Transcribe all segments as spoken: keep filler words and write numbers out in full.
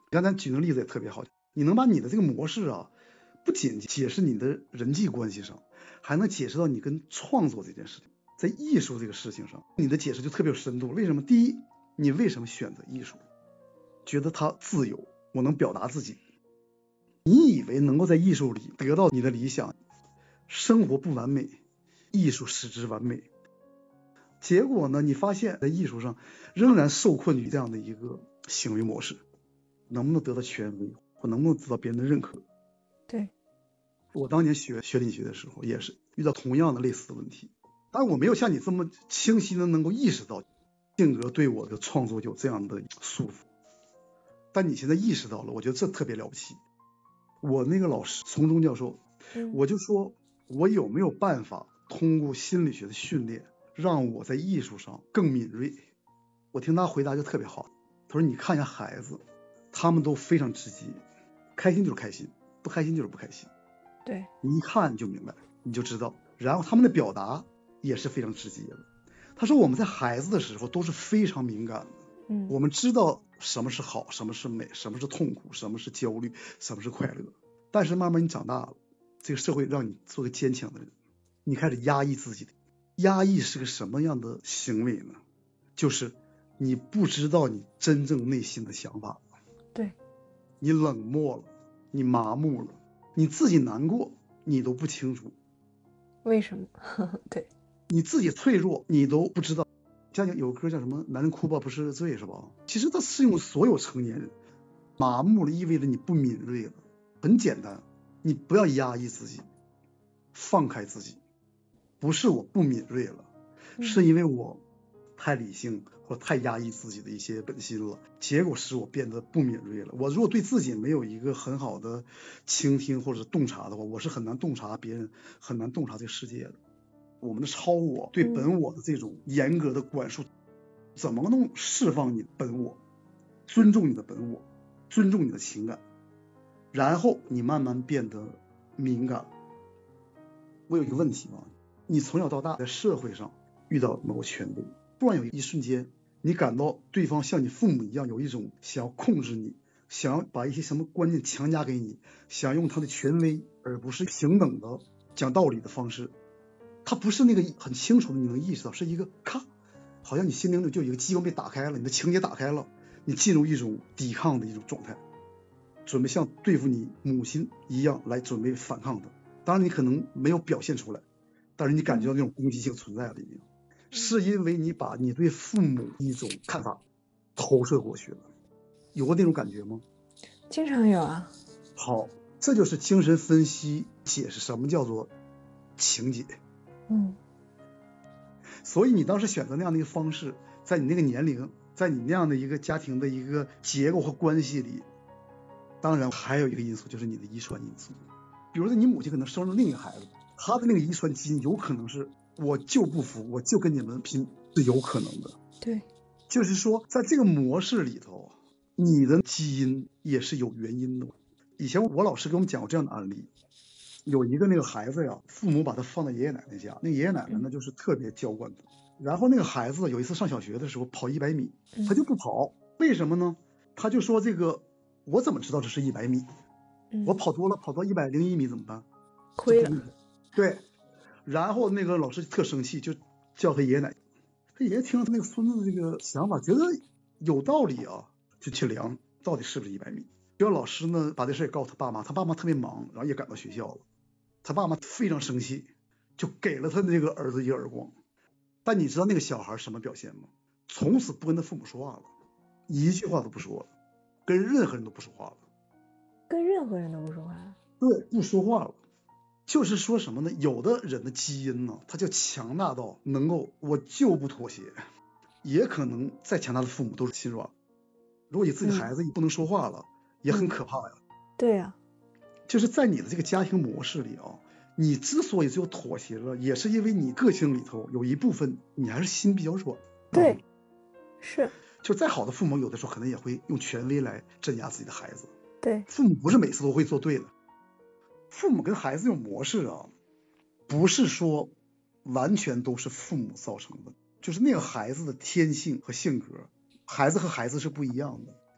刚才举个例子也特别好，你能把你的这个模式啊，不仅解释你的人际关系上，还能解释到你跟创作这件事情，在艺术这个事情上，你的解释就特别有深度。为什么？第一，你为什么选择艺术？觉得它自由，我能表达自己。你以为能够在艺术里得到你的理想，生活不完美，艺术使之完美。结果呢，你发现在艺术上仍然受困于这样的一个行为模式，能不能得到权威，或能不能得到别人的认可？ 对， 我当年学学理学的时候，也是遇到同样的类似的问题，但我没有像你这么清晰的能够意识到性格对我的创作有这样的束缚。但你现在意识到了，我觉得这特别了不起。我那个老师从中教授， 嗯， 我就说我有没有办法通过心理学的训练让我在艺术上更敏锐？我听他回答就特别好，他说你看一下孩子，他们都非常直接，开心就是开心，不开心就是不开心。 对， 你一看就明白，你就知道。然后他们的表达也是非常直接的。他说我们在孩子的时候都是非常敏感的， 嗯， 我们知道什么是好，什么是美，什么是痛苦，什么是焦虑，什么是快乐。但是慢慢你长大了，这个社会让你做个坚强的人，你开始压抑自己。压抑是个什么样的行为呢？就是你不知道你真正内心的想法， 对， 你冷漠了，你麻木了，你自己难过你都不清楚为什么？对， 你自己脆弱你都不知道。像有歌叫什么男人哭吧不是罪，是吧？其实它适用所有成年人。麻木了意味着你不敏锐了。很简单，你不要压抑自己，放开自己。不是我不敏锐了，是因为我太理性或太压抑自己的一些本心了，结果使我变得不敏锐了。我如果对自己没有一个很好的倾听或者洞察的话，我是很难洞察别人，很难洞察这个世界的。我们的超我对本我的这种严格的管束，怎么能释放你本我，尊重你的本我，尊重你的情感，然后你慢慢变得敏感。我有一个问题啊，你从小到大在社会上遇到某个权威，突然有一瞬间你感到对方像你父母一样有一种想要控制你，想要把一些什么观念强加给你，想用他的权威而不是平等的讲道理的方式。他不是那个很清楚的你能意识到，是一个咔，好像你心灵里就有一个机关被打开了，你的情节打开了，你进入一种抵抗的一种状态，准备像对付你母亲一样来准备反抗他。当然你可能没有表现出来，但是你感觉到那种攻击性存在了已经，是因为你把你对父母一种看法投射过去了。有过那种感觉吗？ 经常有啊。 好，这就是精神分析解释什么叫做情节。 嗯， 所以你当时选择那样的一个方式，在你那个年龄，在你那样的一个家庭的一个结构和关系里，当然还有一个因素就是你的遗传因素。比如说你母亲可能生了另一个孩子，她的那个遗传基因有可能是我就不服，我就跟你们拼，是有可能的。 对， 就是说在这个模式里头，你的基因也是有原因的。以前我老师给我们讲过这样的案例，有一个那个孩子呀，父母把他放在爷爷奶奶家，那个爷爷奶奶呢就是特别娇惯他。然后那个孩子有一次上小学的时候跑一百米，他就不跑，为什么呢？他就说这个我怎么知道这是一百米？我跑多了，跑到一百零一米怎么办？ 亏了。 对，然后那个老师特生气，就叫他爷爷奶奶。他爷爷听了他那个孙子的这个想法，觉得有道理啊，就去量到底是不是一百米。结果老师呢把这事也告诉他爸妈，他爸妈特别忙，然后也赶到学校了。他爸妈非常生气，就给了他那个儿子一个耳光。但你知道那个小孩什么表现吗？从此不跟他父母说话了，一句话都不说了，跟任何人都不说话了。 跟任何人都不说话？ 对，不说话了。就是说什么呢？有的人的基因呢，他就强大到能够我就不妥协，也可能再强大的父母都是心软。如果你自己孩子不能说话了，嗯、也很可怕呀。 对呀、啊， 就是在你的这个家庭模式里啊，你之所以最后妥协了，也是因为你个性里头有一部分你还是心比较软。 对，嗯、是。 就再好的父母，有的时候可能也会用权威来镇压自己的孩子。 对， 父母不是每次都会做对的。父母跟孩子这种模式啊，不是说完全都是父母造成的，就是那个孩子的天性和性格，孩子和孩子是不一样的。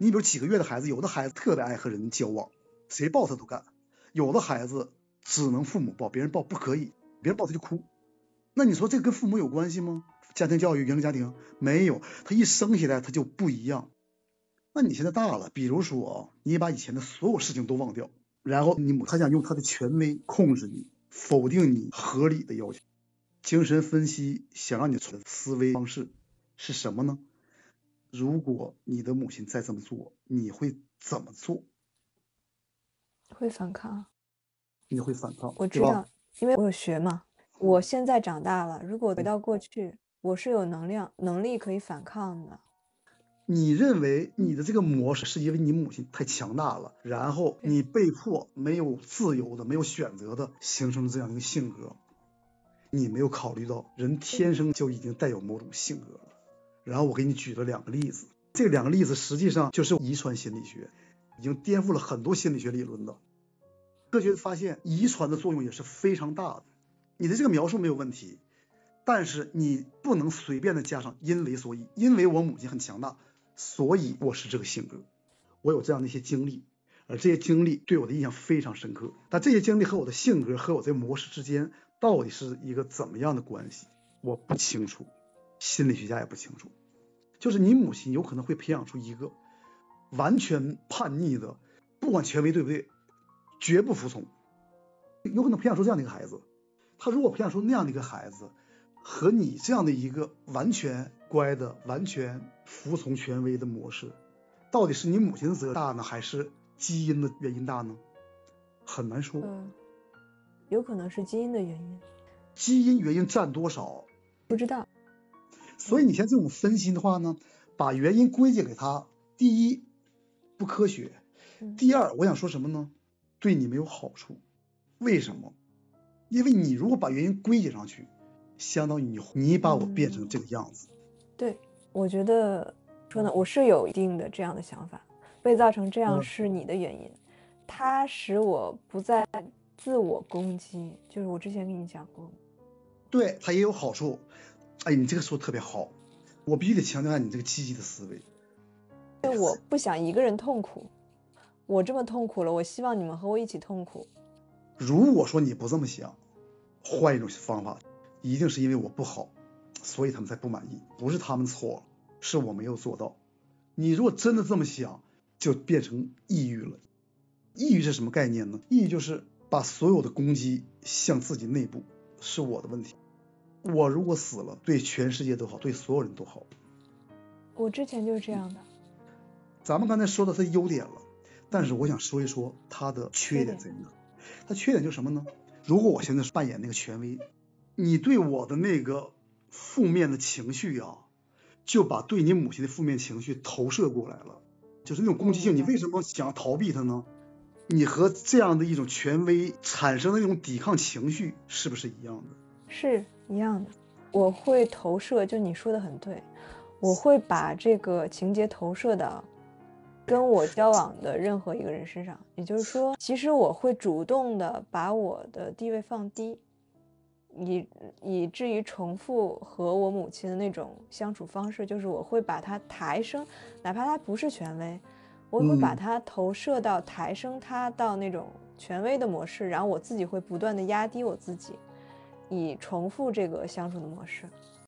你比如几个月的孩子，有的孩子特别爱和人交往，谁抱他都干；有的孩子只能父母抱，别人抱不可以，别人抱他就哭。那你说这跟父母有关系吗？家庭教育、原生家庭没有，他一生下来他就不一样。那你现在大了，比如说你把以前的所有事情都忘掉，然后你母他想用他的权威控制你，否定你合理的要求。精神分析想让你的思维方式是什么呢？如果你的母亲再这么做，你会怎么做？ 会反抗。 你会反抗， 我知道，因为我有学嘛。我现在长大了，如果回到过去，我是有能量、能力可以反抗的。 你认为你的这个模式是因为你母亲太强大了，然后你被迫没有自由的、没有选择的形成这样一个性格。你没有考虑到人天生就已经带有某种性格了。然后我给你举了两个例子，这两个例子实际上就是遗传心理学，已经颠覆了很多心理学理论的。科学发现遗传的作用也是非常大的。你的这个描述没有问题，但是你不能随便的加上因为所以，因为我母亲很强大，所以我是这个性格，我有这样的一些经历，而这些经历对我的印象非常深刻。但这些经历和我的性格和我这个模式之间到底是一个怎么样的关系，我不清楚，心理学家也不清楚。就是你母亲有可能会培养出一个完全叛逆的，不管权威对不对，绝不服从，有可能培养出这样的一个孩子。他如果培养出那样的一个孩子，和你这样的一个完全乖的、完全服从权威的模式，到底是你母亲的责任大呢，还是基因的原因大呢？很难说。 嗯，有可能是基因的原因。 基因原因占多少？ 不知道。 所以你像这种分析的话呢，把原因归结给他，第一不科学，第二我想说什么呢？对你没有好处。为什么？因为你如果把原因归结上去，相当于你你把我变成这个样子。 嗯、对，我觉得说呢，我是有一定的这样的想法，被造成这样是你的原因，嗯、它使我不再自我攻击，就是我之前跟你讲过。 对，它也有好处。哎，你这个说的特别好，我必须得强调一下你这个积极的思维。 因为我不想一个人痛苦，我这么痛苦了，我希望你们和我一起痛苦。 如果说你不这么想，换一种方法，一定是因为我不好，所以他们才不满意，不是他们错了，是我没有做到。你如果真的这么想，就变成抑郁了。抑郁是什么概念呢？抑郁就是把所有的攻击向自己内部，是我的问题。我如果死了，对全世界都好，对所有人都好。 我之前就是这样的。 咱们刚才说的是优点了，但是我想说一说它的缺点在哪。它缺点就是什么呢？如果我现在是扮演那个权威，你对我的那个负面的情绪啊，就把对你母亲的负面情绪投射过来了，就是那种攻击性。你为什么想逃避它呢？你和这样的一种权威产生的那种抵抗情绪是不是一样的？ 是一样的。我会投射，就你说的很对，我会把这个情节投射到跟我交往的任何一个人身上。也就是说，其实我会主动的把我的地位放低，以以至于重复和我母亲的那种相处方式，就是我会把它抬升，哪怕它不是权威，我会把它投射到抬升它到那种权威的模式，然后我自己会不断的压低我自己，以重复这个相处的模式。